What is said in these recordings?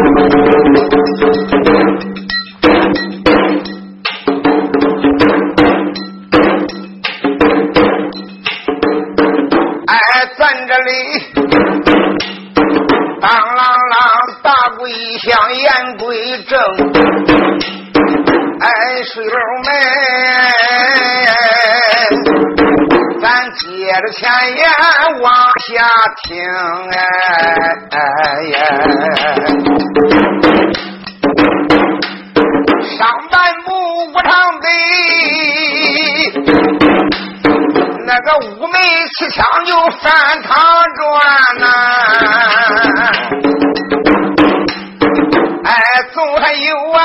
咱这里当啷啷大归乡言归正，水楼妹，咱接着前言往下听上半部不唱的那个五梅七枪就翻堂转呐，总还有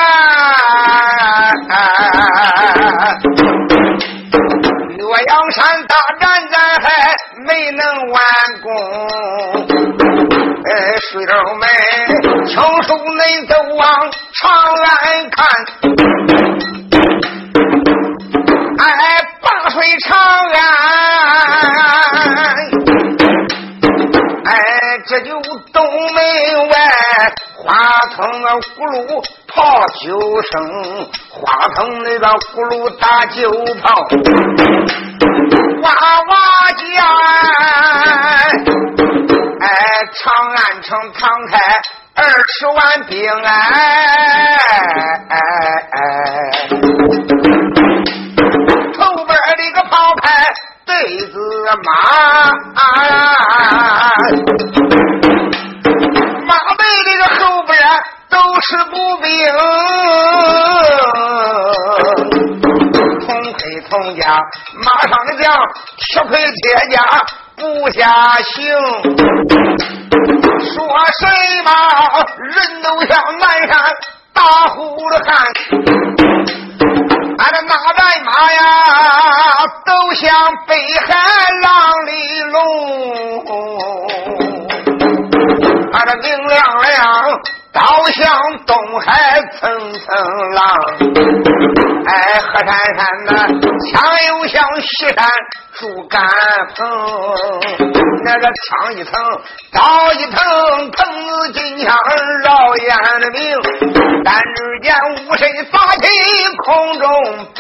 洛阳山大战咱还没能完工，水头妹枪手恁都往长安看，灞水长安，这就东门外花筒葫芦泡酒声，花筒那个葫芦打酒泡，哇哇叫，长安城敞开20万兵后边的个炮排对子马，马背这个后边都是步兵，同盔同甲，马上的将铁盔铁甲不下行，说谁嘛人都像南山大呼的汉，这哪代马呀都像北海浪里龙，这明亮亮倒像东海层层浪，河山山的枪又像西山竹竿棚，那个枪一层刀一层，藤子金枪绕眼的命，但只见五神发起空中摆，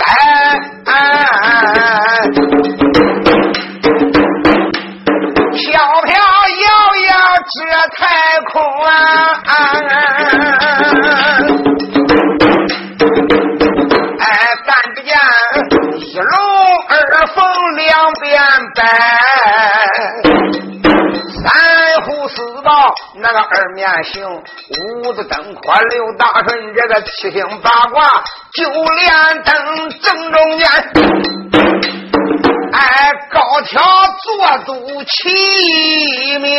飘飘摇摇这太空但只见一龙二凤两边摆，三虎四豹那个二面行，五子登科六大顺，这个七星八卦九连灯正中间，高挑坐肚七面，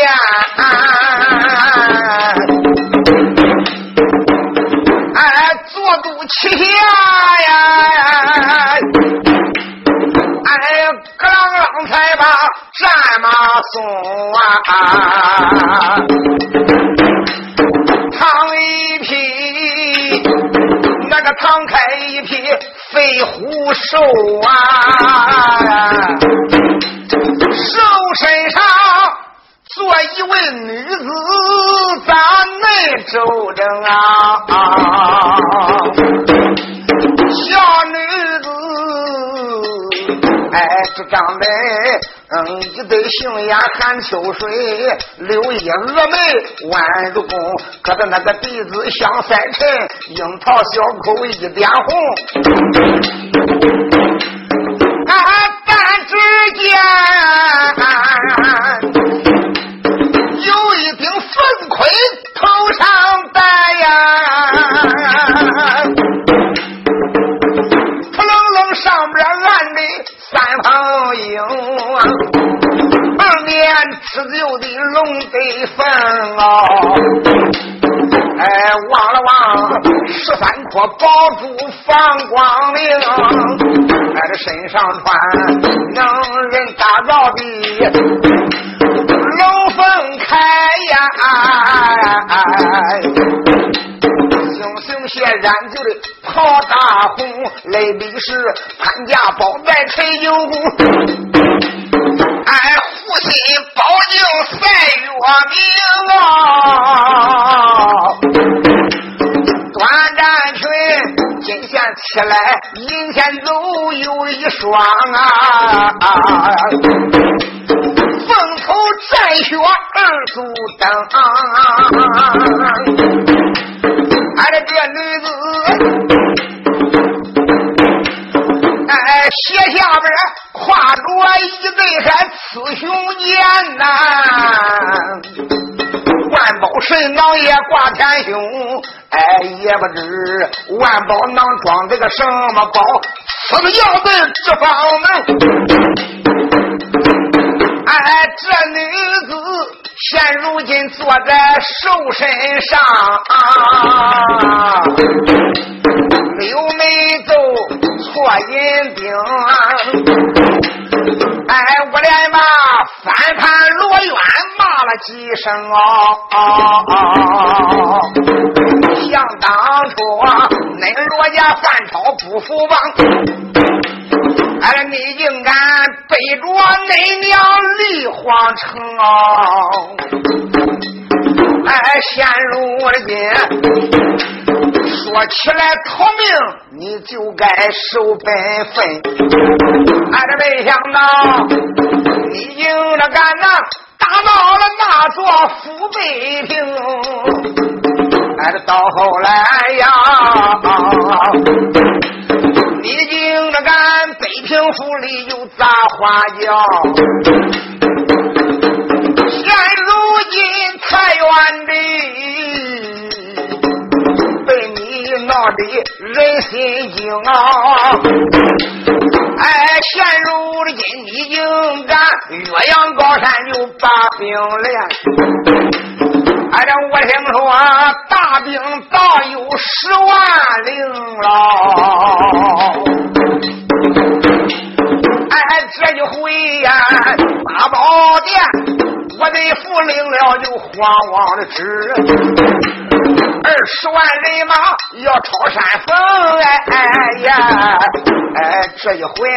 坐肚七下呀，咯啷啷才把战马送唐一匹那个唐开一匹飞虎兽兽身上做一位女子咱内周正小女子这张美一对杏眼含秋水，柳叶峨眉弯如弓，可的那个鼻子像赛尘，樱桃小口一点红，但只见有一顶粪盔头上戴呀，扑棱棱上边按的三旁鹰，二面吃酒的龙得分望了望13颗宝珠放光明，这身上穿能人打造的龙凤开呀，星星血染就的袍大红，泪笔是潘家宝在吹酒鼓，护心保佑赛月明起来迎前走有一双啊，凤头战靴二足蹬，俺的这女子鞋下边挎着一对还雌雄剑呐，万宝神囊也挂天胸，也不知万宝囊装这个什么宝，此个要在这方能。这女子现如今坐在兽身上，柳眉奏错银钉，我连把翻盘罗远骂了几声想当初恁罗家范超不服王，你竟敢背着恁娘离皇城现如今说起来逃命，你就该守本分。这没想到你竟然敢打到了那座府北平，这到后来呀，你竟然敢北平府里就砸花轿，现如今太原的被你闹得人心惊现如今你竟敢岳阳高山就把兵练，这我听说大兵早有10万领了，这一回呀八宝殿我得服领了就慌慌的吃，20万人马要超山峰这一回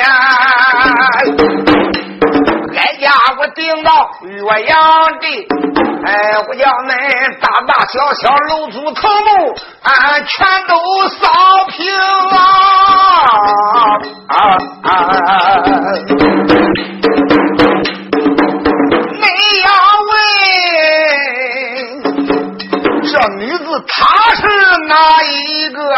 哀家我顶到岳阳地，我叫恁大大小小楼族头目全都扫平你要问这女子她是哪一个？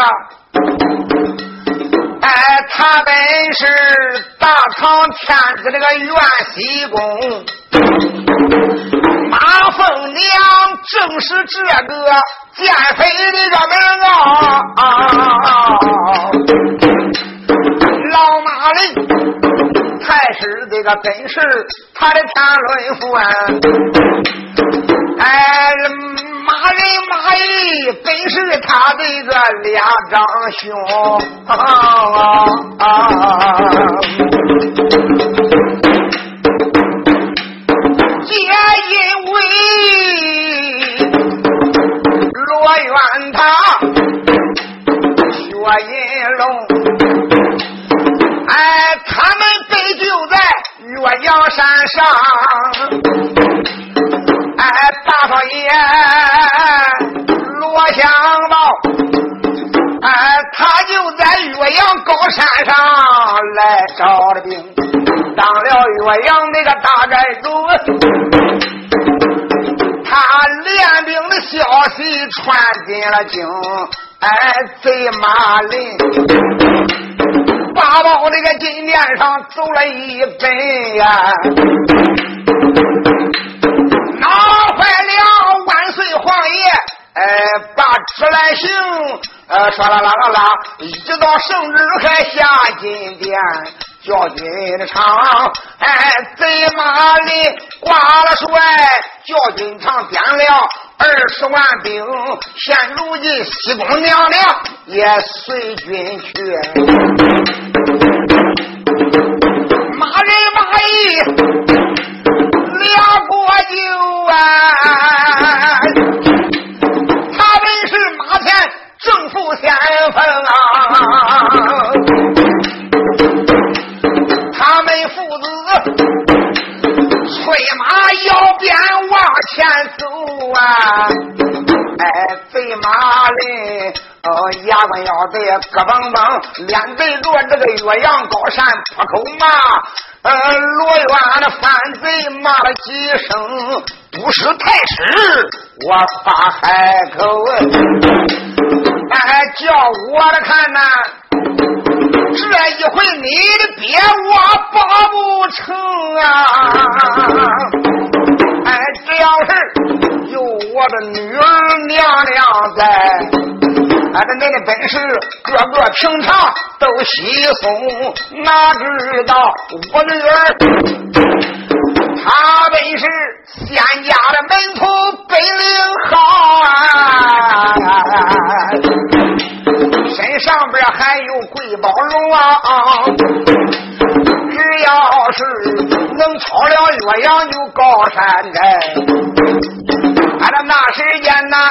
她本是大唐天子这个元熙公，马凤娘正是这个奸妃的个门老马林才是这个本是他的天伦父马人马义本是他的一个俩长兄皆因为罗元他薛银龙他们被救在岳阳山上大少爷罗香宝他就在岳阳高山上来找了病，当了岳阳那个大寨主，他练兵的消息传进了京，贼马林八宝这个金殿上走了一本拿坏了万岁皇爷把旨来行唰啦啦啦啦一直到圣旨还下金殿，教军的场贼马里挂了帅，教军场点了20万兵，现如今西宫娘娘也随军去，马人马义俩国舅他本是马前正副先锋他们父子催马摇鞭往前走贼马林，牙关腰对咯嘣嘣，脸对着这个岳阳高山破口骂。罗元的反贼骂了几声，不是太师，我发海口，叫我的看呐，这一回你的别我保不成啊！只要是有我的女儿娘娘在，你的本事个个平常都稀松，哪知道我女儿她本是仙家的门徒，本领好啊，身上边还有贵宝龙啊，只要是能超了岳阳就高山寨，那时间呐，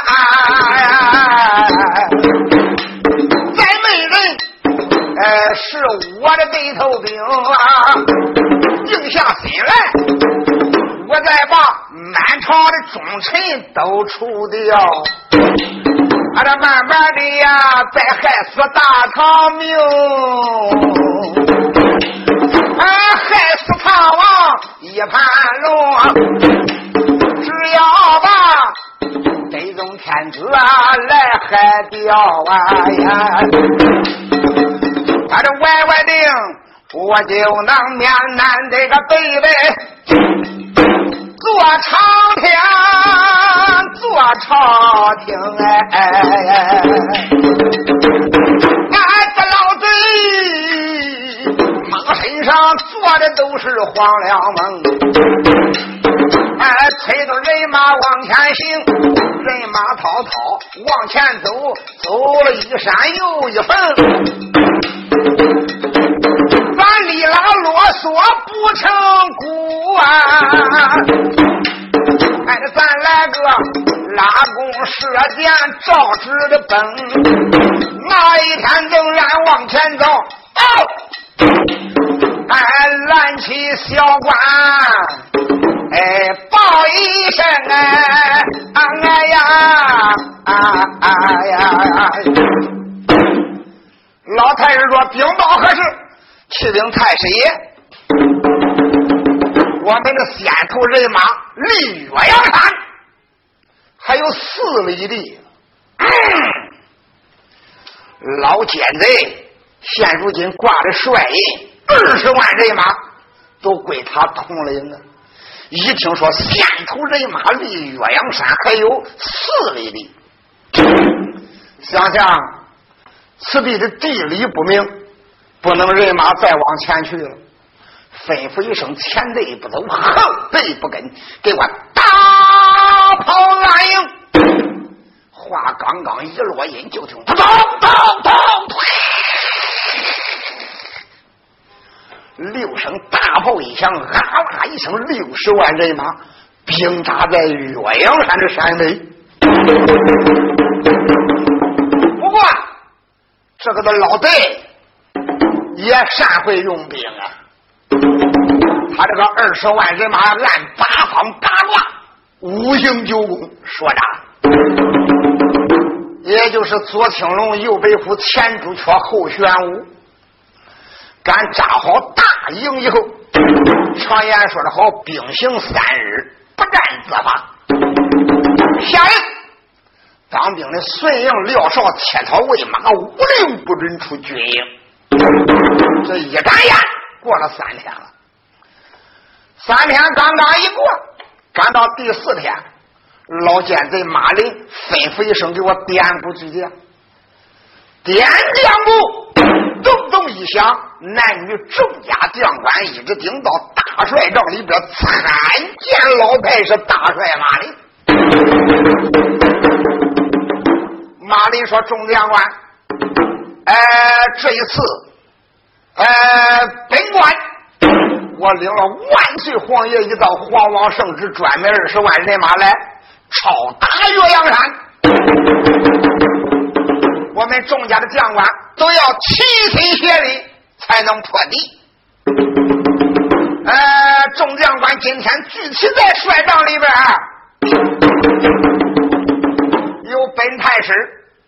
再没人是我的对头兵啊，静下心来，我再把满朝的忠臣都除掉，慢慢的呀，再害死大唐命，害死唐王一盘龙，只要把北宗天子来害掉呀，这歪歪定我就能面南这个北北做朝廷，做朝廷这老贼马身上坐的都是黄粱梦，催着人马往前行，人马滔滔往前走，走了一山又一峰，咱里拉啰嗦不成鼓啊，咱来个拉弓射箭照直的奔，那一天仍然往前走，拦起小官报一声老太师说禀报何事？启禀太师爷，我们的先头人马离岳阳山还有4里地，老奸贼现如今挂着帅印，20万人马都归他统领啊！一听说先头人马离岳阳山还有4里地，想想此地的地理不明，不能人马再往前去了，吩咐一声，前队不走，后队不跟，给我大炮拦营。话刚刚一落音，就听咚咚咚，6声大炮一响，啊啦一声，60万人马兵扎在岳阳山的山北。不过这个的老贼也善会用兵啊，他这个20万人马按8方8卦5行9宫说啥，也就是左青龙右白虎前朱雀后玄武，敢扎好大营以后，常言说的好，兵行3日不战自伐。下令当兵的孙营廖少铁草喂马，无令不准出军营。这一眨眼过了3天了，3天刚刚一过，赶到第4天，老奸贼马林吩咐一声，给我点鼓举将。点将鼓咚咚一响，男女众家将官一直顶到大帅帐里边参见老太师大帅马林。马林说：“众将官，这一次本官我领了万岁皇爷一道皇王圣旨，专门20万人马来抄打岳阳山，我们众家的将官都要齐心协力才能破敌。众将官今天聚齐在帅帐里边，由本太师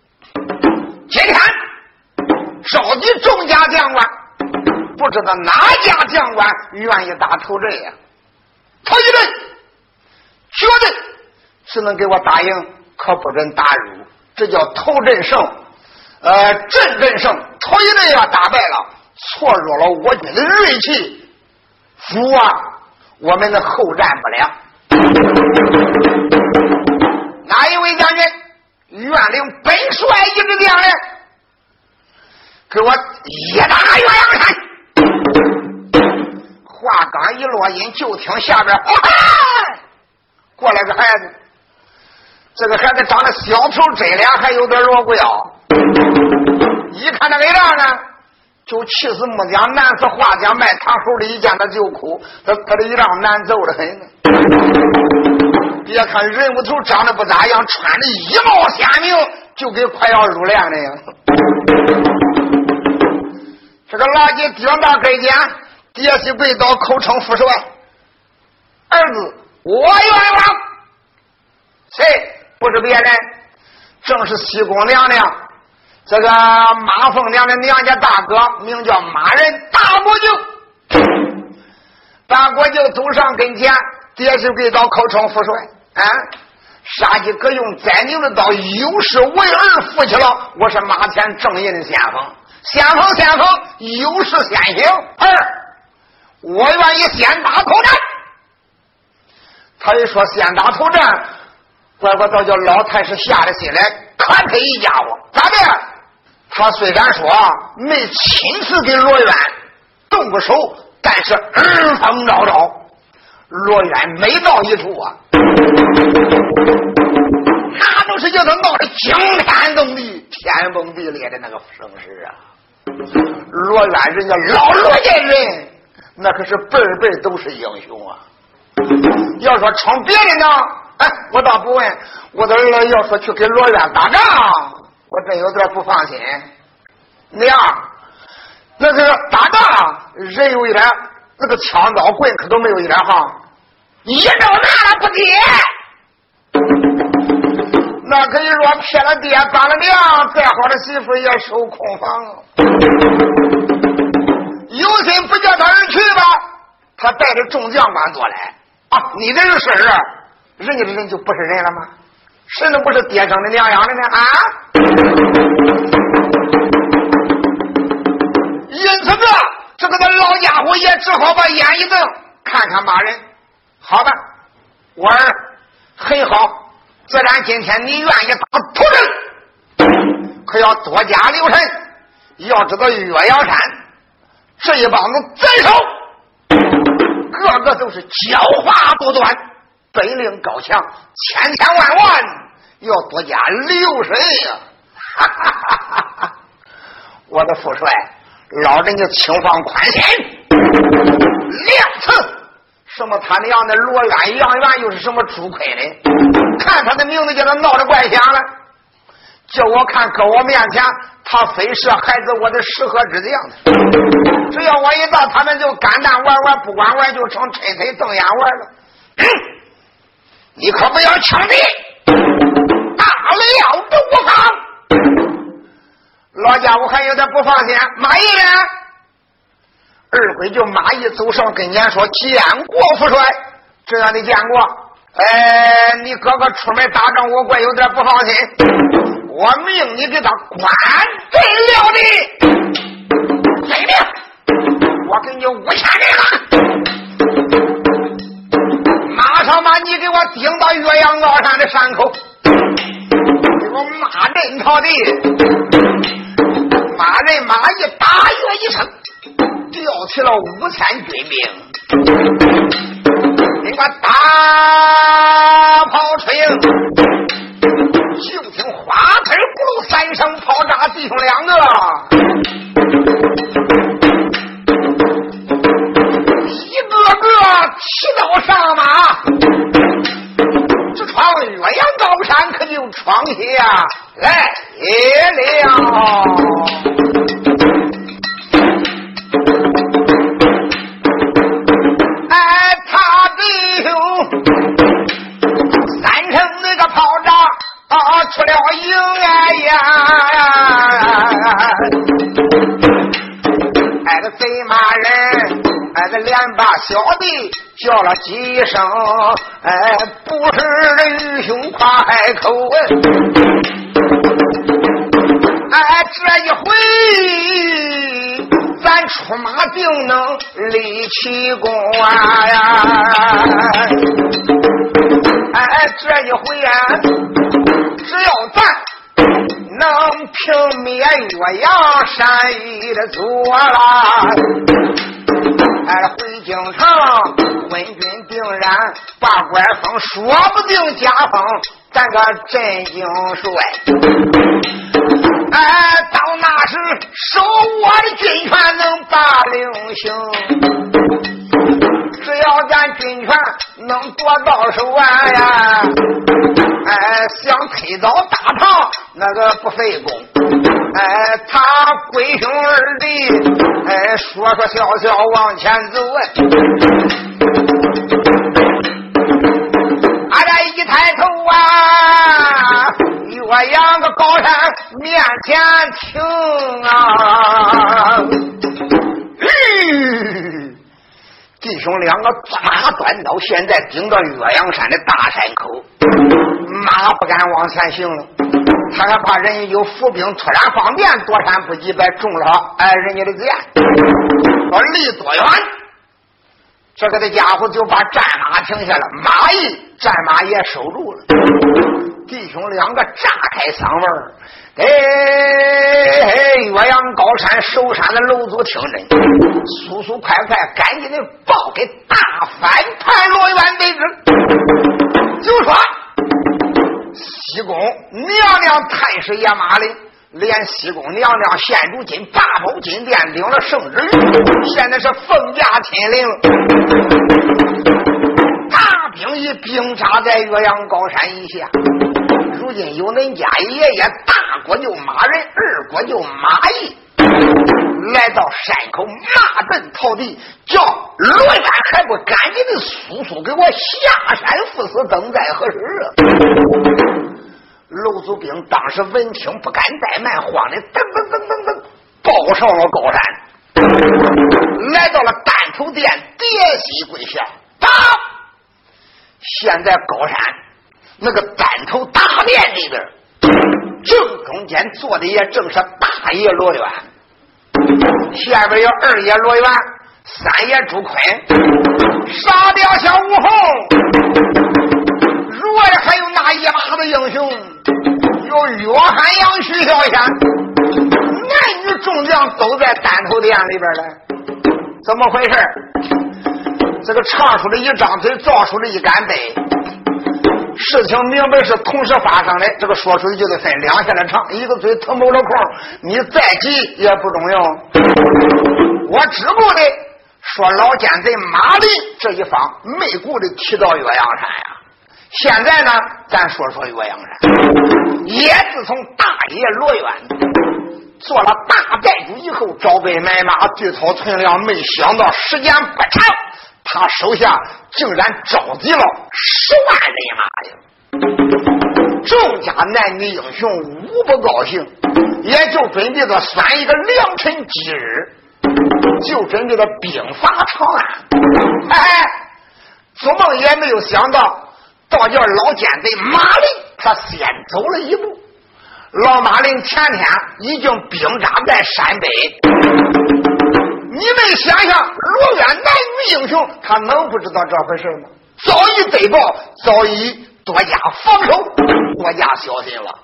今天召集众家将官，不知道哪家将官愿意打头阵呀？头一阵绝对只能给我打赢，可不准打入，这叫头阵胜。阵胜，头一阵要打败了，挫弱了我军的锐气，福啊，我们的后战不了。哪一位将军愿领本帅一支将领，给我一打岳阳山？话刚一落音，就听下边过来个孩子，这个孩子长得小头窄脸，还有点锣鼓腰。一看那个样呢，就气死木匠难死画匠，卖糖猴的一见他就哭，他的一样难揍的很。别看人物头长得不咋样，穿的衣帽鲜明，就跟快要入殓那样。这个老姐顶到跟前，跌膝跪倒，口称父帅，儿子我愿望。谁？不是别人，正是西宫娘娘，这个马凤娘的娘家大哥，名叫马人，大国舅。大国舅走上跟前，跌膝跪倒，口称父帅。杀鸡可用宰牛的刀，有事为儿负起了。我是马前正印的先锋，先锋，有事先行。我愿意先打头战。他一说先打头战，乖乖倒叫老太师下了心来，可他一家伙咋的？他虽然说没亲自给罗渊动过手，但是耳风昭昭，罗渊每到一处啊，那都是叫他闹得惊天动地、天崩地裂的那个声势啊！罗渊人家老罗家人，那可是辈辈都是英雄啊！要说称别人呢，我倒不问，我的儿子要说去给罗渊打仗，我真有点不放心。娘，那个打仗人有一点，那个枪刀棍可都没有一点哈，一招拿了不接，那可以说撇了爹搬了娘，再好的媳妇也守空房。有心不叫他儿去吧，他带着众将官过来啊！你这是事儿，人家的人就不是人了吗？谁能不是爹生的娘养的呢？啊！因此这个老家伙也只好把眼一瞪，看看马人。好吧，我儿很好，自然今天你愿意打头阵，可要多加留神。要知道岳阳山这一帮子贼首，个个都是狡猾多端，本领高强，千千万万要多加留神呀！哈哈哈哈哈！我的父帅，老人家轻放宽心，两次。什么他那样的罗渊、杨元又是什么主亏的？看他的名字叫他闹得怪响了，叫我看搁我面前，他非是孩子我的适合之将的。只要我一到，他们就干蛋玩玩，不管玩就成推推瞪眼玩了。你可不要抢敌，大了都不放。老家伙还有点不放心，马毅呢？二鬼就马毅走上跟前说：“见过父帅，这样的见过。你哥哥出门打仗，我怪有点不放心。我命你给他关对了的，怎么？我给你5000人了，马上把你给我顶到岳阳高山的山口，给我骂阵朝地，马人马一打岳一声。”调起了5000军兵，你把大炮吹应，就听花盆咕噜3声炮炸，弟兄2个，一个个骑到上马，这闯岳阳高山可就闯下来了。3声那个炮炸出了营呀， 连把小弟叫了几声，不是仁兄夸海口这一回咱出马定能立奇功这一回只要咱能平灭岳阳山一的族回京城昏君定然把官封，说不定加封咱个镇京帅到那时手握的军权能把令行，只要咱军权能夺到手想推倒大唐那个不费功他龟兄二弟说说笑笑往前走这一抬头岳阳个高山面前停弟兄两个抓马端刀，现在顶到岳阳山的大山口，马不敢往前行了，他还怕人家有伏兵突然方便躲山不及，别中了人家的箭离多远这个的家伙就把战马停下了，马一战马也守住了，弟兄两个炸开嗓门岳阳高山守山的楼主听着速速快快赶紧的报给大反叛罗元得知，就说西宫娘娘太师野马陵连西宫娘娘现如今八宝金殿领了圣旨，现在是奉驾亲临，大兵已兵扎在岳阳高山以下，如今有恁家爷爷大国舅马人，二国舅马邑来到山口骂阵逃敌，叫罗元还不赶紧的速速给我下山赴死，等待何时楼主兵当时闻听不敢怠慢，慌的噔噔噔噔噔报上了高山，来到了丹头殿，跌膝跪下现在高山那个丹头大殿里边正中间坐的也正是大爷罗元，下边有二爷罗元，三爷朱坤，沙雕小吴红，如外还有那一把的英雄，有约翰杨徐小仙，男女众将都在丹头殿里边了，怎么回事？这个唱出了一张嘴，造出了一杆杯，事情明白是同时发生的，这个说出去就得分两下来唱，一个嘴腾没了空，你再急也不中用。我只顾的说老奸贼马林这一方没顾的提到岳阳山现在呢咱说说岳阳山，也自从大爷罗元做了大寨主以后，招兵买马，聚草存粮，没想到时间不长，他手下竟然召集了10万人马呀！众家男女英雄无不高兴，也就准备着算一个良辰吉日，就准备着兵伐长安。做梦也没有想到，倒叫老奸贼马林他先走了一步。老马林前天已经兵扎在山北，你们想想罗元男女英雄他能不知道这回事吗？早已得报，早已多加防守，多加小心了。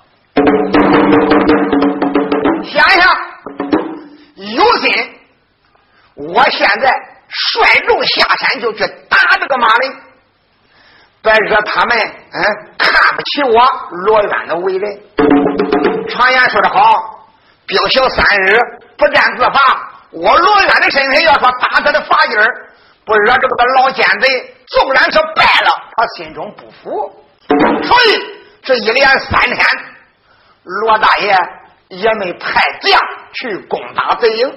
想想有心我现在率众下山就去打这个马林，别惹他们看不起我罗元的为人。常言说得好，兵行3日不战自伐，我罗元的身份要说打他的法劲儿，不惹这个老奸贼纵然是败了，他心中不服，所以这一连3天罗大爷也没派将去攻打贼营。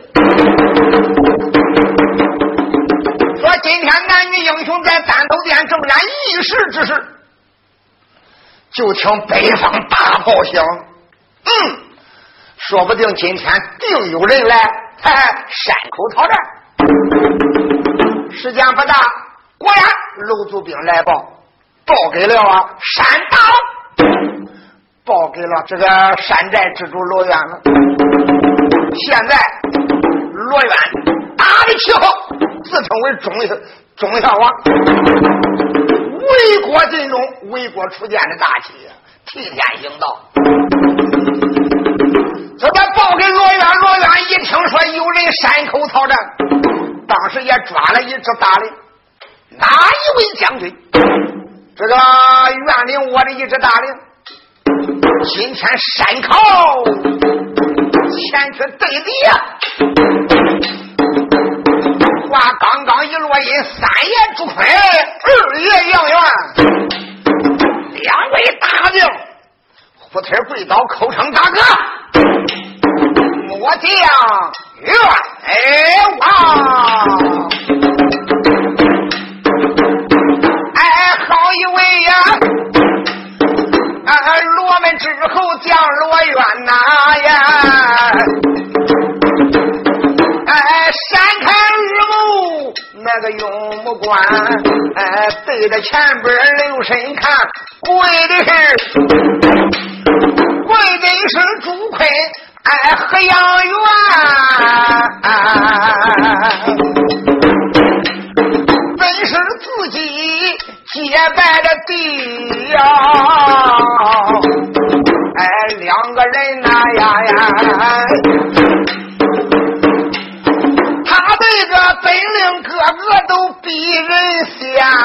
说今天男女英雄在丹头殿正然议事之时，就听北方大炮响，说不定今天定有人来山口讨战。 时间不大，果然楼族兵来报给了山党，报给了这个山寨之主罗渊了。现在罗渊打的旗号，自称为忠孝王，为国尽忠、为国出剑的大旗，替天行道。这边报给罗渊，罗渊一听说有人山口操战，当时也抓了一只大令。哪一位将军？这个愿领我的一只大令，今天山口前去对敌呀！话刚刚一落音，三爷朱坤，二爷杨元，两位大将胡腿跪倒，口称大哥，末将愿王。好一位呀！罗门之后降罗渊呐呀！闪开日目，那个用目光，对着前边留神看，跪的是朱坤，和杨元。本是自己结拜的弟呀，两个人呐呀，他对着本领个个都比人先。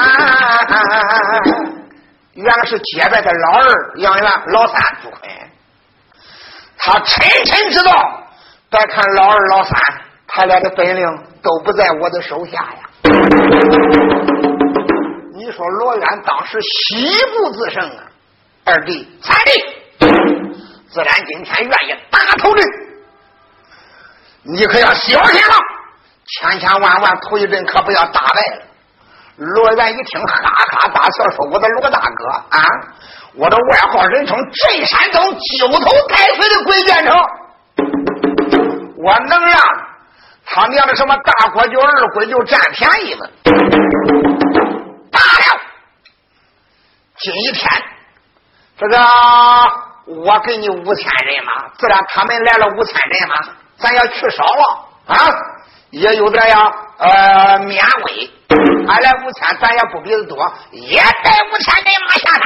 原来是结拜的老二杨元，老三朱坤，他深深知道，别看老二老三，他俩的本领都不在我的手下呀。你说罗渊当时喜不自胜啊，二弟三弟自然今天愿意打头阵，你可要小心了，千万头一阵可不要打败了。罗渊一听哈哈大笑说，我的罗大哥啊，我的外号人称镇山东九头带水的鬼见城，我能让他娘的什么大国舅二鬼就占便宜吗？打了！今一天，这个我给你5000人马，自然他们来了5000人马，咱要去少了啊，也有点呀免位。俺来5000，咱也不比他多，也带5000人马下山。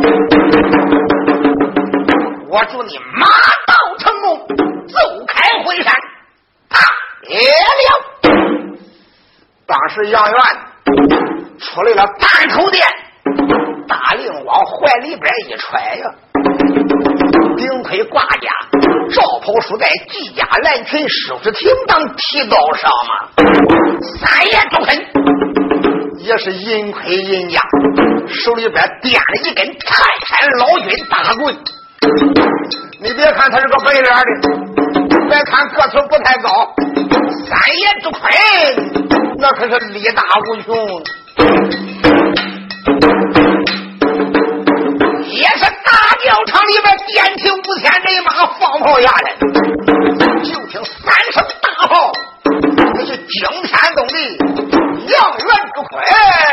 我祝你马到成功，奏开回山。也了，当时杨元出来了半口殿，大令往怀里边一揣呀，顶盔挂甲，罩袍束带，系甲蓝裙，手持停当，提刀上马。三爷朱坤也是银盔银甲，手里边掂了一根泰山老君大棍。你别看他是个白脸的，别看个头不太高，三爷朱坤那可是力大无穷，也是大教场里边点起5000人马放炮下来，就听3声大炮，那是惊天动地。杨元朱坤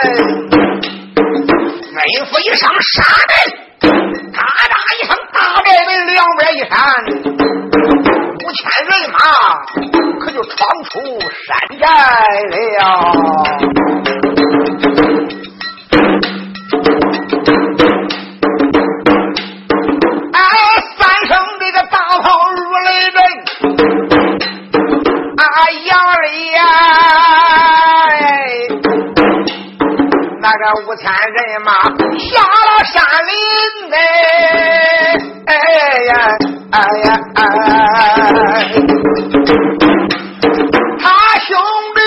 吩咐一声杀门，嘎哒一声大寨门两边一闪，5000人马可就闯出山寨了。3声这个大炮如雷震，杨雷呀，那个5000人马下了山林呢，他兄弟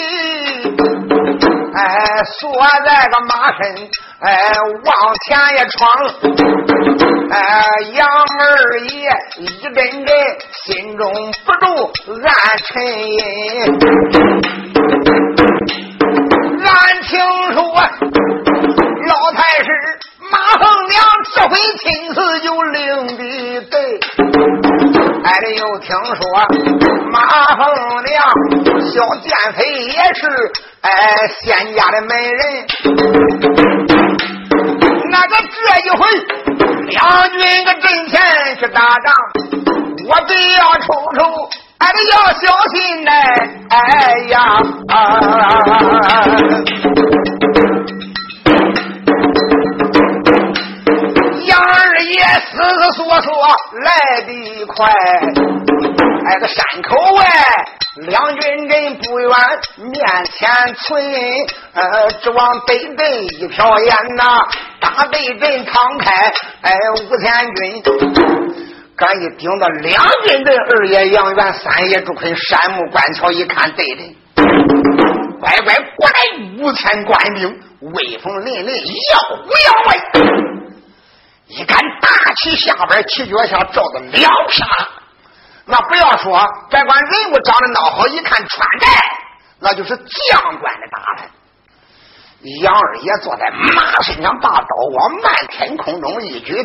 锁在个马身，往前也闯，杨二爷一阵阵心中不住暗沉吟，俺听说老太师马凤娘这回亲自就领的对，又听说马马凤娘，小剑飞也是仙家的美人。那个这一回两军个阵前去打仗，我得要抽抽，还得要小心呢。哎呀杨二爷思思索索来得快，个山口外两军阵不远，面前村只往北阵一瞟眼呐，大北阵敞开五千军，刚一顶到两军阵，二爷杨元三爷朱坤山木关桥一看对阵，乖乖过来5000官兵，威风凛凛，耀武扬威。一杆大旗下边旗脚下照的两片，那不要说别管人物长得孬好，一看穿戴那就是将官的打扮。杨二爷坐在马身上，把刀往漫天空中一举，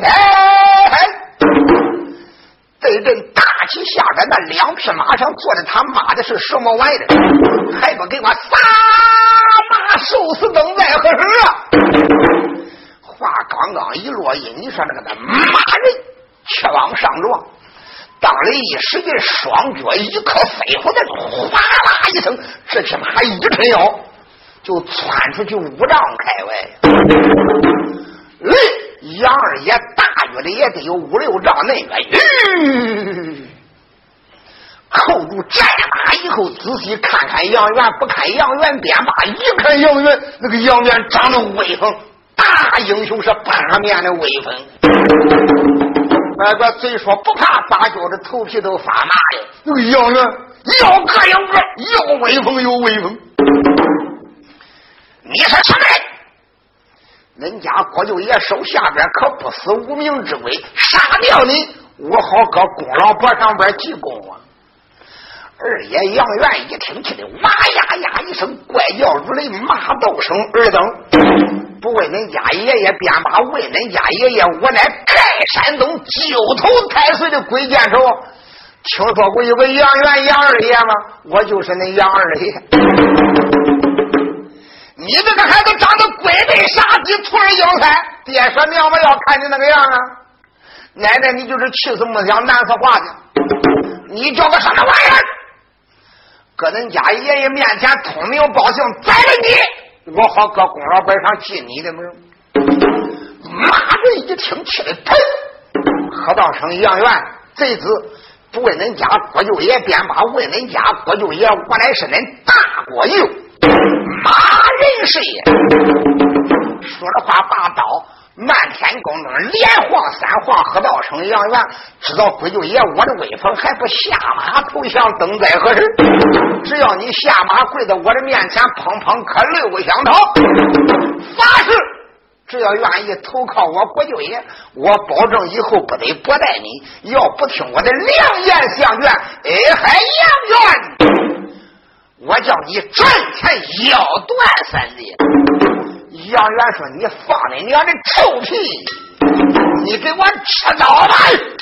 这阵大旗下边那两匹马上坐的他妈的是什么玩意儿？还不给我撒马受死等在何时啊？话刚刚一落音，你说那个马人却往上撞，当雷一使劲，双脚一靠飞虎的哗啦一声，这匹马一抻腰就窜出去5丈开外。杨二爷大约的也得有5、6丈那远，扣住战马以后，仔细看看杨元，不看杨元便罢，一看杨元，那个杨元长得威风，大英雄是半面的威风。那个嘴说不怕撒娇的头皮都发麻了。那个杨元要个有个，要威风有威风。你是什么人？恁家郭舅爷手下边可不死无名之鬼，杀掉你，我好搁功劳簿上边记功啊！二爷杨元一听，气得哇呀呀一声，怪叫如雷，骂道声二等。不为恁家爷爷便罢，为恁家爷爷，我乃盖山东9头太岁的鬼见手。听说过有个杨元杨二爷吗？我就是那杨二爷。你这个孩子长得鬼魅杀机，徒儿英才，爹说娘们要看你那个样啊！奶奶你就是气死木匠，难死画匠，你叫个什么玩意儿？搁恁家爷爷面前通名报姓宰了你，我好搁功劳本上记你的名。马人一听气得喷，喝道声杨元贼子，不为恁家郭舅爷便罢，为恁家郭舅爷，我乃是恁大国舅马人是也。说着话把刀漫天宫中连晃3晃，喝道声杨元，知道郭舅爷我的威风，还不下马投降，等在何时？只要你下马跪在我的面前，砰砰可6个响头，发誓只要愿意投靠我郭舅爷，我保证以后不得薄待你。要不听我的良言相劝，还杨元，我叫你赚钱腰断3截。杨元说：“你放你娘的臭屁！你给我吃刀吧！”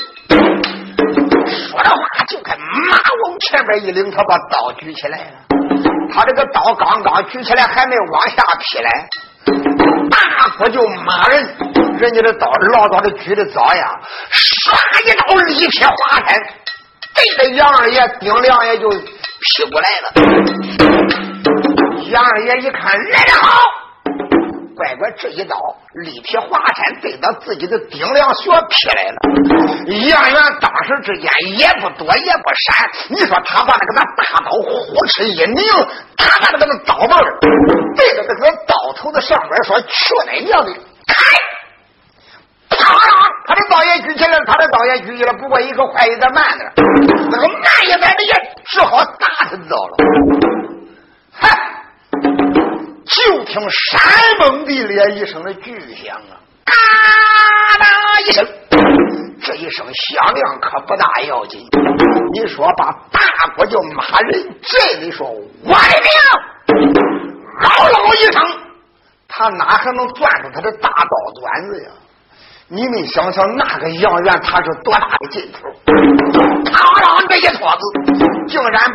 说的话就看马往前面一领，他把刀举起来了。他这个刀刚刚举起来，还没往下劈来，大伙就马人，人家的刀老早的举的早呀，唰一刀力劈华山，对着杨二爷顶梁也就劈过来了。杨二爷一看来得好，乖乖这一刀力劈华山，对到自己的顶梁穴劈来了。杨元当时之间也不躲也不闪，你说他把那个大刀呼哧一拧，他把那个刀把对着那个刀头的上边说：“去你娘的！”开！啪！他的刀也举起来了，他的刀也举起来了，不过一个快一点慢点，那个慢一点的也只好打他刀了。嗨！就听山崩地裂一声的巨响啊，嘎哒一声，这一声响亮可不大要紧。你说把大国叫马人这里说我的命，嗷嗷一声，他哪还能攥住他的大刀端子呀？你们想想那个杨元他是多大的劲头，嗷嗷这一撮子竟然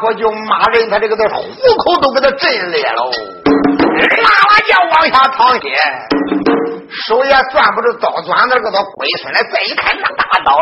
伙就骂人，他这个虎口都给他震裂了，啦啦叫往下淌血，手也攥不住刀钻子，给他龟孙来。再一看那大刀，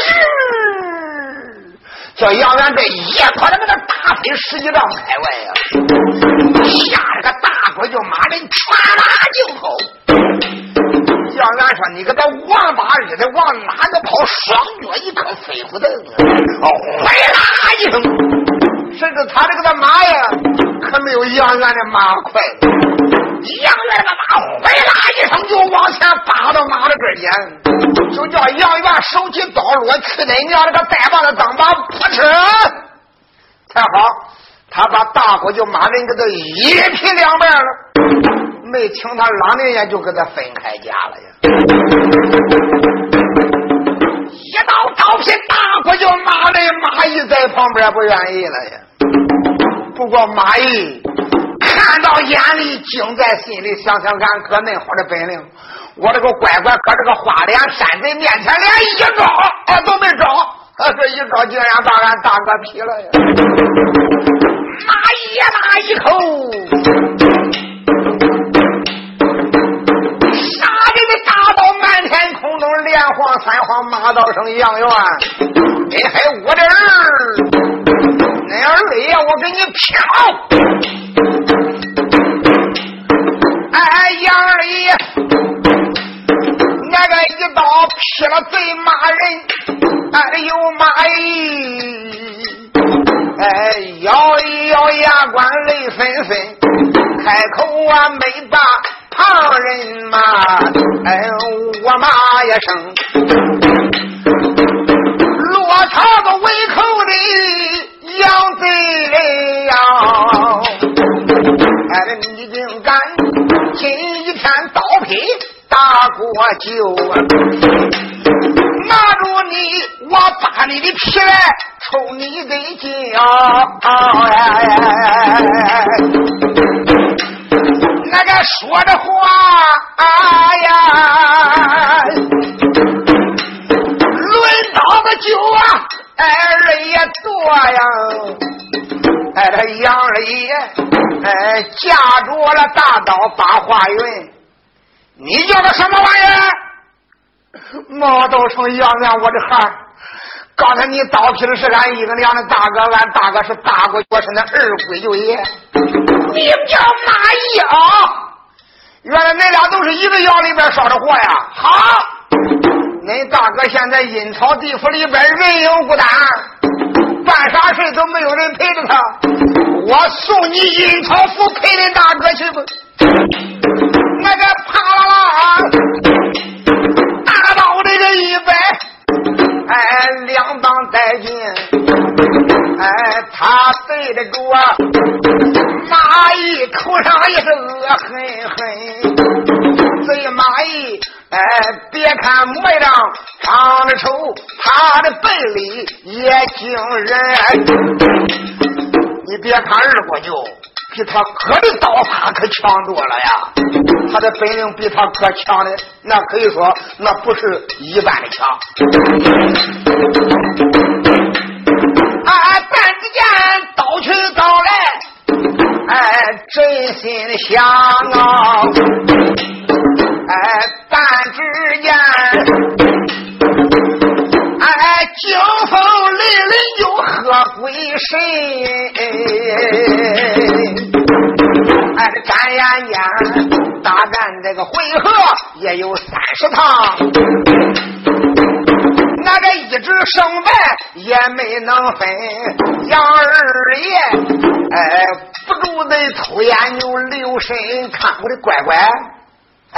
叫杨元这一块的给他打飞10几丈开外呀！吓得个大伙就骂人，唰啦就跑。杨元说：“你给他王八日的往哪个跑？”双脚一颗飞虎蹬，哗啦一声，甚至他这个马呀，可没有杨元的马快。杨元的马哗啦一声就往前扒到马的跟前，就叫杨元手起刀落，去恁娘这个带棒的当把扑哧！才好，他把大伙就马人给他一劈两半了。没请他拉人家就给他分开家了呀！一刀刀劈大伙就马人，马毅在旁边不愿意了呀。不过马毅看到眼里，惊在心里，想想俺哥恁好的本领，我这个乖乖搁这个花脸山贼面前连一招都没招，这一招竟然把俺大哥劈了呀！马毅拉一口。连晃三晃，骂道声杨元，你还我的儿，那儿呀，我给你飘！哎，杨二爷，那个一刀劈了最骂人，哎呦妈耶！哎，咬一咬牙关泪纷纷，开口啊没把旁人骂，哎，我骂一声，落草的胃口里养贼了，哎，你竟敢今一天刀劈大国舅啊！拿住你，我扒你的皮来抽你的脚！那个说的话呀，轮到的酒啊，哎，人也多呀，哎，这杨二爷，哎，架着了大刀把话云，你叫他什么玩意儿？毛道成杨元，我的孩儿，刚才你刀劈的是俺一个娘的大哥，俺大哥是大国国是那二龟舅爷，名叫马毅啊！原来恁俩都是一个窑里边烧的火呀！好，恁大哥现在阴曹地府里边人影孤单，办啥事都没有人陪着他，我送你阴曹府陪恁大哥去吧。那个啪啦啦，大刀这个一摆，哎，两当带劲，哎，他对得住啊！马毅口上也是恶狠狠，贼马毅，哎，别看模样长得丑，他的本领也惊人。你别看二国舅比他哥的刀法可强多了呀，他的本领比他哥强的，那可以说那不是一般的强。但只见刀去刀来，哎，真心想啊，哎，但只见哎，惊风雷人就喝鬼神，哎，转眼间大战这个回合也有30趟，那个一直胜败也没能分。杨二爷哎，不住的抽烟就留神看我的乖乖，哎，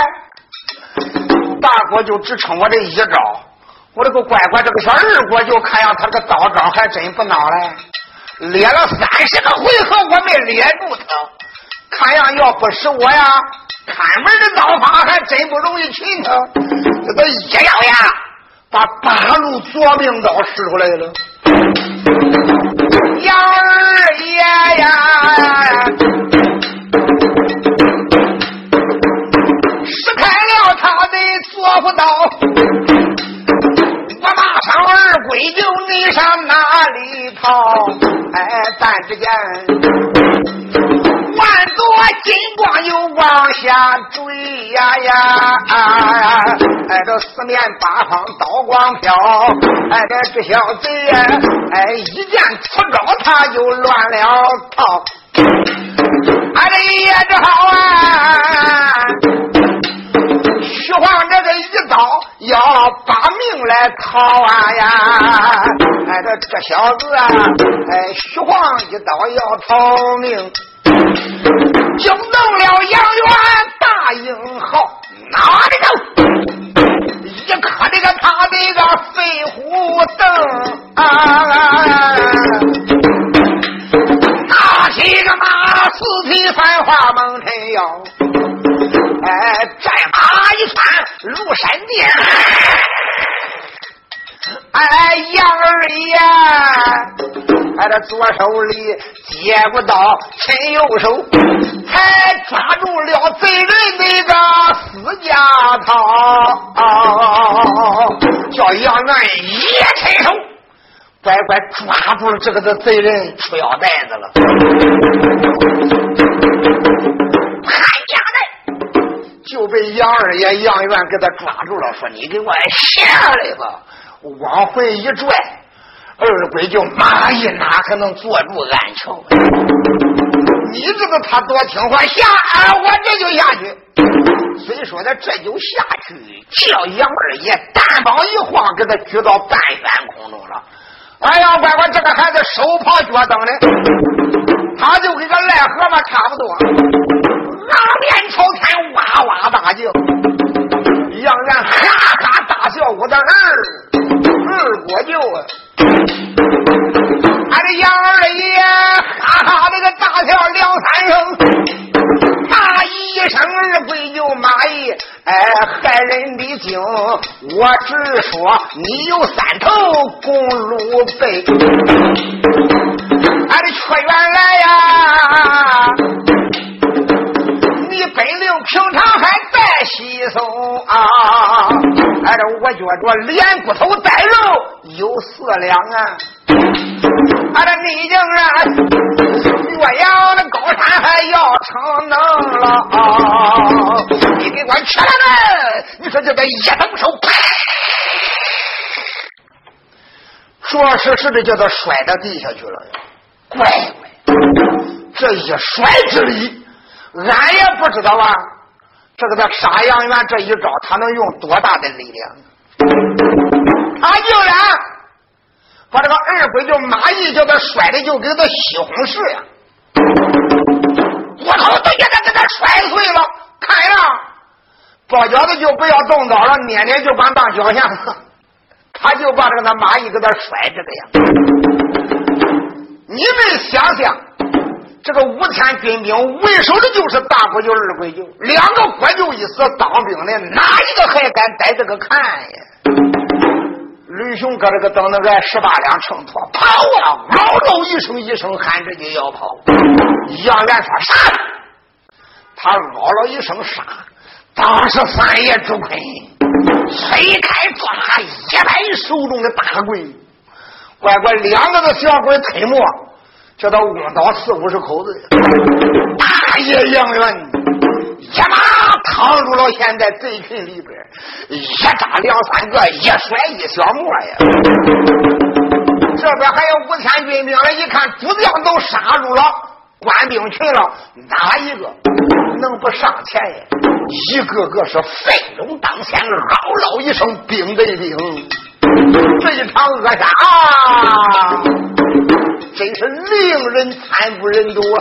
大国就只称我这一招，我这个乖乖这个小二国就看样他这个刀招还真不孬嘞，咧了30个回合我没咧住他，看样要不是我呀，看门的刀法还真不容易擒他，这个一咬呀把8路夺命刀使出来了。杨二爷呀，使开了他的左斧刀，我马上二鬼就你上上哪里逃？但只见万朵金光又往下坠呀，这四面八方刀光飘，这小贼呀，一见出招他就乱了套，也只好徐晃这个一刀要把命来逃呀，这小子徐晃一刀要逃命，惊动了杨元大英豪，拿着个一颗这个他的个飞虎灯拿起个马四匹繁华蒙尘腰，战马一窜如闪电，杨二爷这左手里接过刀，趁右手才抓住了贼人那个私家套，叫杨元也趁手乖乖抓住了这个的贼人出腰带子了。潘家的就被杨二爷杨元给他抓住了，说你给我下来吧，往回一拽，二鬼就马一哪可能坐住鞍桥？你知道他多听话，下我这就下去。所以说他这就下去，叫杨二爷单膀一晃，给他举到半圆空中了。哎呀，乖乖，这个孩子手跑脚蹬的，他就跟个癞蛤蟆差不多，仰面朝天哇哇大叫，让人哈哈大笑。我的二国舅这杨二爷哈哈那个大笑两三声，大一声二鬼就蚂蚁害人的精，我只说你有三头公路背，这却原来呀你本领平常还带稀松这我觉着连骨头带肉有4两这你竟岳阳的高山还要逞能了你给我起来了！你说这个一动手，说是的，叫他摔到地下去了。乖乖，这一摔之力，俺也不知道这个他杀杨元这一招，他能用多大的力量？他竟然把这个二鬼就蚂蚁叫他摔的就跟他西红柿呀，骨头都给他摔碎了。看呀，包饺子就不要动刀了，捏捏就把当小象，他就把这个蚂蚁给他摔这个样。你们想想，这个5000军兵为首的就是大国舅二鬼舅，2个国舅一死当兵的，哪一个还敢逮这个看呀？吕雄搁这个等那个18辆秤砣跑啊，嗷嗷一声喊着就要跑。杨元说杀，他嗷嗷一声杀，当时3爷朱坤推开抓一摆手中的大棍，乖乖2个的小鬼推磨，叫他翁倒40-50口子。大爷杨元一马趟入了现在贼群里边，一扎2-3个，一甩一小沫呀。这边还有5000军兵了，一看主将都杀入了官兵群了，哪一个能不上前呀？一个个是奋勇当先，嗷嗷一声兵对兵。这一场恶杀真是令人惨不忍睹。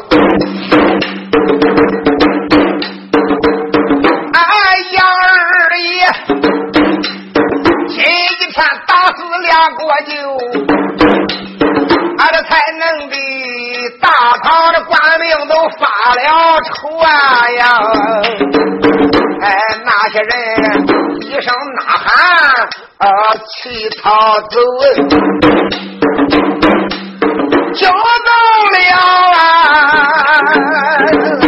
杨二爷今天打死2国舅，这才能的大唐的官兵都发了愁呀！那些人一声呐喊去逃走，就走了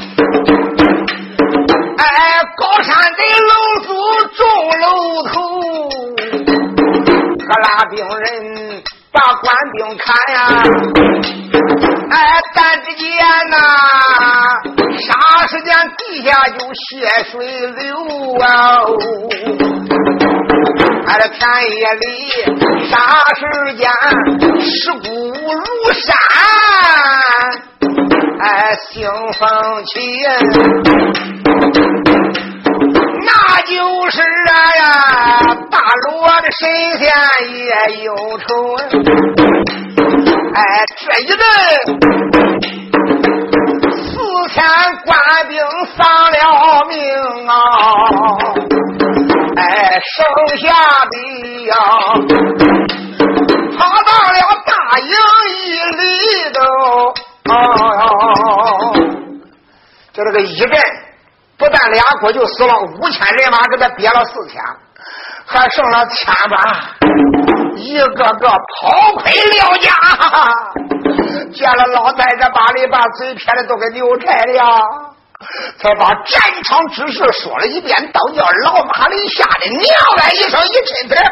高山的楼主重楼头，可拉兵人把官兵看呀，但只见呐，霎时间地下就血水流啊！这田野里霎时间尸骨如山，腥风起，那就是大罗的神仙也有仇。这一顿4000官兵丧了命啊！剩下的呀，跑到了大营一里头。就这个一阵，不但2国就死了5000人马，给他憋了4000，还剩了1000，一个个跑亏了家。见了老太太把里把嘴撇的都给牛拆了，才把战场之事说了一遍，倒叫老马林吓得娘来一声，一抻腿，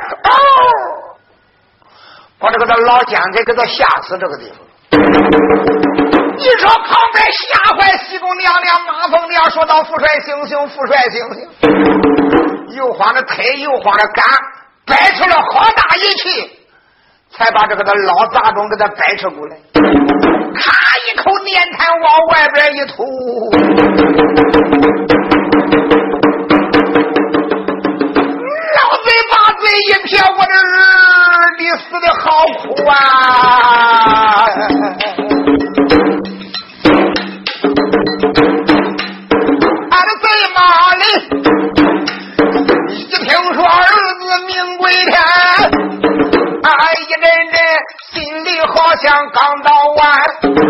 把这个老奸贼给他吓死这个地方。你说旁边吓坏西宫娘娘马凤娘，说到父帅醒醒，父帅醒醒，又慌着腿又慌着赶，摆出了好大一气，才把这个老杂种给他摆出过来，咔一口粘痰往外边一吐，老贼把嘴一撇，我的儿你死的好苦啊！俺的贼马里一听说儿子命归天，一阵阵心里好像刚到完，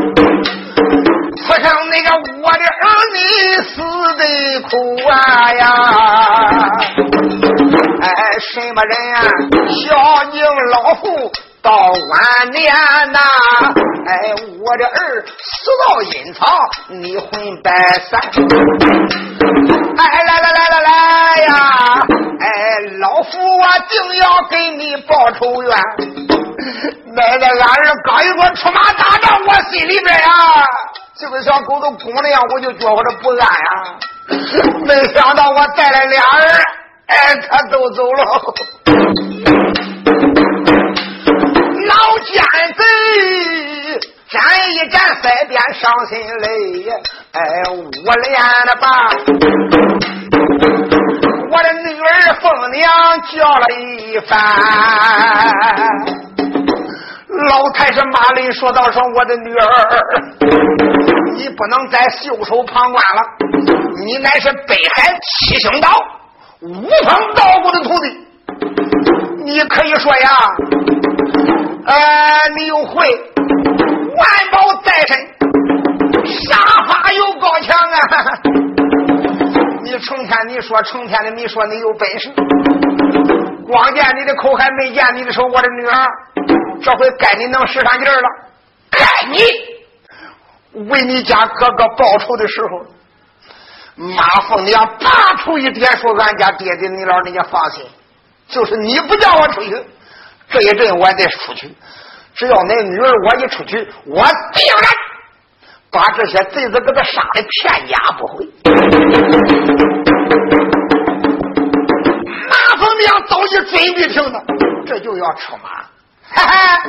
说上那个我的儿女死的苦啊呀！什么人啊，小宁老妇到晚年呐，我的儿死到阴曹，你魂白散。来呀，老夫啊，定要给你报仇怨。奶奶，俺儿刚一说出马打仗，我心里边呀，就跟小狗都拱那样，我就觉着不安呀。没想到我带来俩人，他都走了。老奸贼沾一沾腮边伤心泪，我连了吧，我的女儿凤娘叫了一番。老太师马林说道说，我的女儿，你不能再袖手旁观了，你乃是北海七星岛五方道国的徒弟，你可以说呀，你又会万宝在身，杀法又高强啊！你成天你说，成天的你说你有本事，光见你的口还没见你的手，我的女儿，这回该你能使上劲儿了，该你为你家哥哥报仇的时候，马凤娘拔出一点说，俺家爹爹你老人家放心，就是你不叫我出去，这一阵我得出去，只要那女儿我一出去，我定然把这些贼子给他杀的片甲不回。马凤娘早已准备停了，这就要出马。哈哈！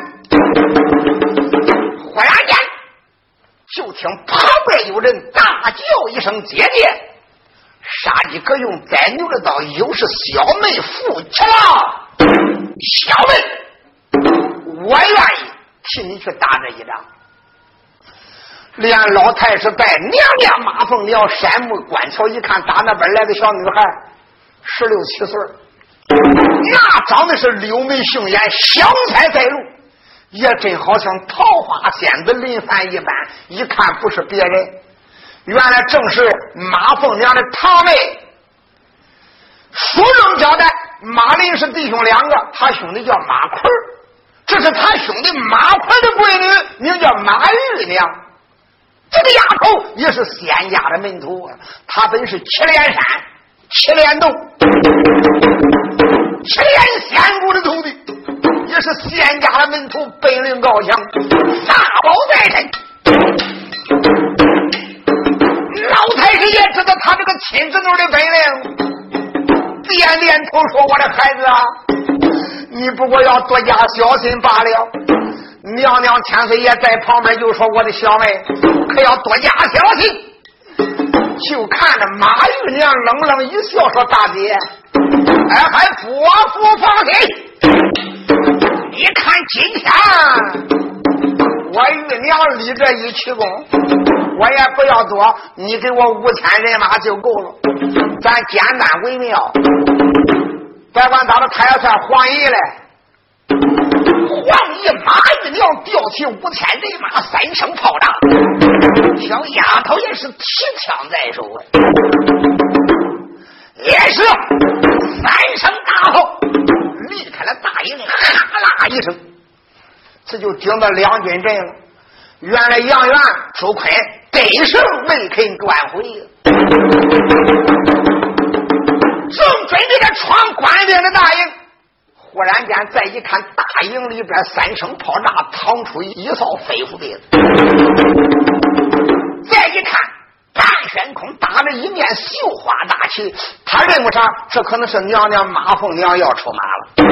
忽然间，就听旁边有人大叫一声：“姐姐！”杀鸡可用宰牛的刀，有是小妹夫去了。小妹，我愿意替你去打这一仗。连老太师带娘娘马凤娘山木观瞧一看，打那边来的小女孩16、17岁，那长得是柳眉杏眼，香彩在路，也真好像桃花仙子林凡一般，一看不是别人，原来正是马凤娘的堂妹。书中交代马林是弟兄2个，他兄弟叫马奎，这是他兄弟马奎的闺女，名叫马玉娘。这个丫头也是仙家的门徒，她本是祁连山、祁连洞、祁连仙姑的徒弟，也是仙家的门徒本领高强，法宝在身。老太师也知道他这个亲侄女的本领，点点头说：“我的孩子啊，你不过要多加小心罢了。”娘娘千岁也在旁边就说：“我的小妹可要多加小心。”就看着马玉娘冷冷一笑说：“大姐，还夫放心。你看今天我玉娘立这一曲功，我也不要多，你给我5000人马就够了，咱简单为妙。别管到了他要算黄衣嘞，黄衣马玉娘调起5000人马，3声炮仗，小丫头也是提枪在手，也是3声大炮离开了大营，哈啦一声，这就顶到两军阵了。原来杨元、朱坤根生未肯断回，正准备着闯官兵的大营，忽然间再一看，大营里边3声炮炸，腾出一扫飞虎队。再一看，半悬空打了一面绣花大旗，他认为啥？这可能是娘娘马凤娘要出马了。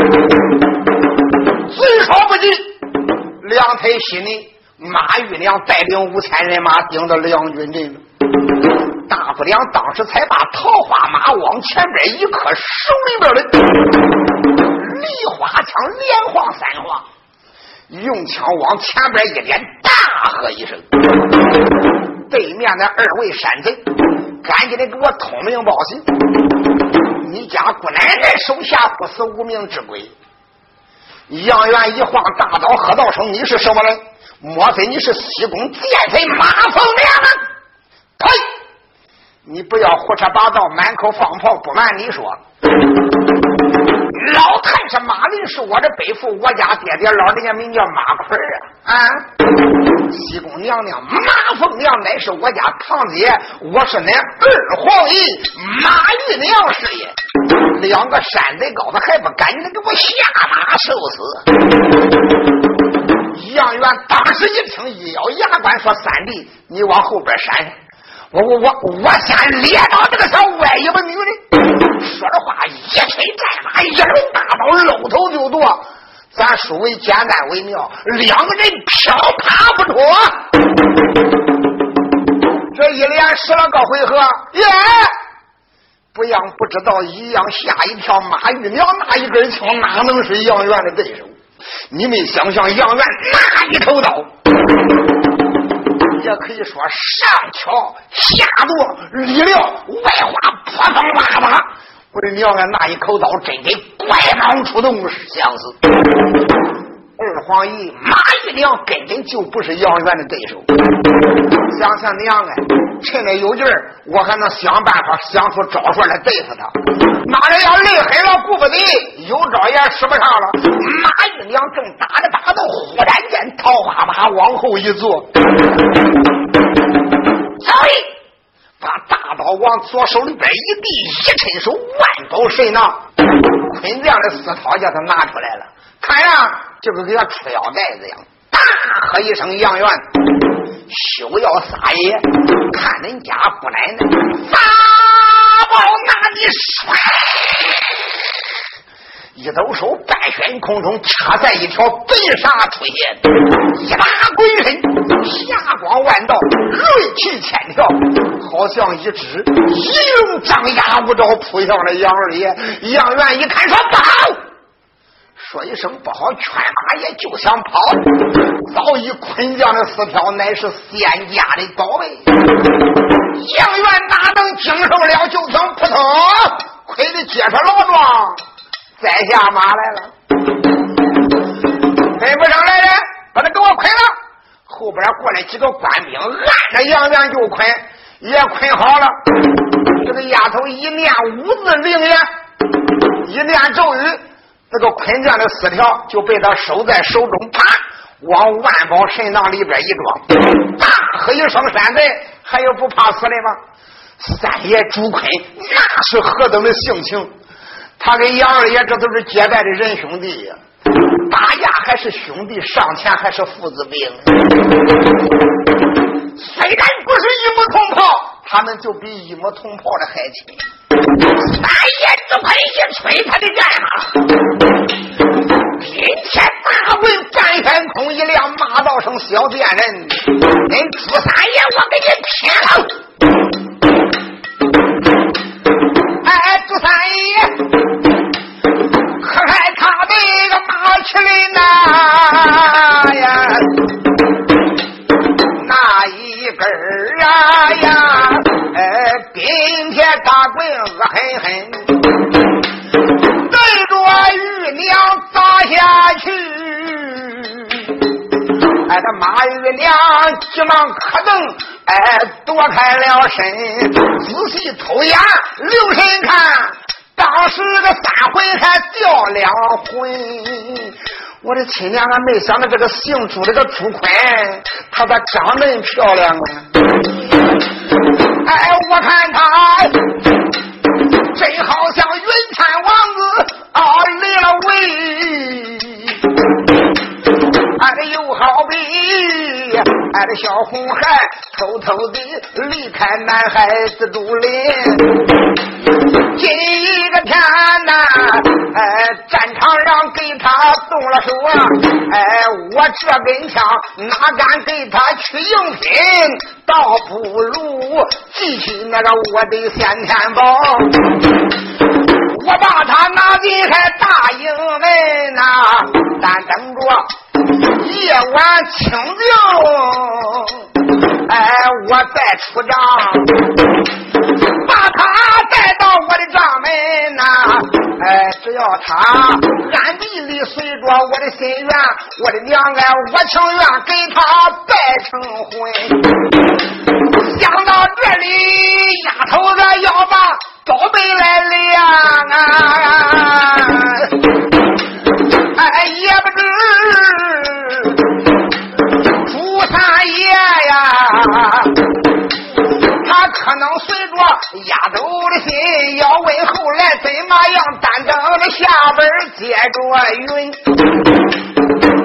最少不急，两腿心里，马玉娘带领5000人马顶到两军阵了。大不良当时才把桃花马往前边一刻，手里边的梨花枪连晃3晃，用枪往前边一点，大喝一声：“对面的2位山贼，赶紧的给我通名报信！你家姑奶奶手下不死无名之鬼！”杨元一晃大刀，喝道声：“你是什么人？莫非你是西宫剑贼马凤娘啊？”呸！你不要胡扯八道，满口放炮！不瞒你说，老太是马林，是我的背父，我家爹爹老人家名叫马奎啊！西宫娘娘马凤娘乃是我家堂姐，我是恁2皇姨马玉娘是也。2个山贼高子还不赶紧的给我下马受死！杨元当时一听，一咬牙关说：“三弟，你往后边闪！我先猎到这个小歪尾巴女人。”说着话，一催战马，一抡大刀，搂头就剁。咱属为简单为妙，2个人飘啪不脱。这一连10了个回合，耶！不样不知道，一样吓一跳。马玉娘那一根枪哪能是杨元的对手？你们想想，杨元那一头刀，也可以说上挑下剁，里料外花，破风拉拔。我的娘啊，那一口刀真跟怪蟒出洞相似。2皇姨马玉娘根本就不是杨元的对手。想想娘哎，趁着有劲儿，我还能想办法想出招数来对付他。哪人要累黑了，顾不得，有招也使不上了。马玉娘正打着打到，忽然间桃花马往后一坐，把大刀往左手里边一递，一伸手，万宝神囊，捆将的丝绦叫他拿出来了，看呀，就跟给他出腰带子一样。大喝一声：“杨元，休要撒野！看恁家姑奶奶法宝拿你甩！”一抖手，半悬空中掐在一条白纱出现，一把滚身，霞光万道，锐气千条，好像一只一龙张牙舞爪扑向了杨二爷。杨元一看说：“不好！”说一声不好，劝马也就想跑。早已捆将的丝条乃是仙家的宝贝，杨元哪能经受了，就想扑通，亏得结实老壮，再下马来了。跟不上来人，把他给我捆了。后边过来几个官兵，按着杨元就捆，也捆好了。这个丫头一念5字灵言，一念咒语，这个捆将的丝条就被他收在手中，啪，往万宝神囊里边一装。大喝一声：“山贼，还有不怕死的吗？”三爷朱坤那是何等的性情，他跟杨二爷这都是结拜的人兄弟呀。大还是兄弟，上前还是父子兵。虽然不是一母同胞，他们就比一母同胞的还亲。三爷只配一吹他的战马，今天大问干山空一辆马道声小贱人，恁朱三爷我给你撇了。哎，朱三爷可害他这个马麒麟呐呀，那一根啊呀，并且大棍恶狠狠对着玉娘砸下去。这马玉娘急忙磕蹬，躲开了身，仔细偷眼留神看，当时的三回还掉两回。我的亲娘啊，没想到这个姓朱这个朱坤，他咋长得漂亮啊？我看他真好像云山王子离了位，又好比这小红孩偷偷地离开男孩子竹林。今一个天呐，战场上给他动了手啊，我这根枪哪敢给他取用品，倒不如继续那个我的先天宝，我把他拿进还大营门呐，但等着夜晚清净，我再出帐，把他带到我的帐门呐，只要他暗地里随着我的心愿，我的娘我情愿给他拜成婚。想到这里，丫头子要把宝贝来亮啊，也不知朱三爷呀，他可能随着丫头的心，要问后来怎么样，单等着下边接着云。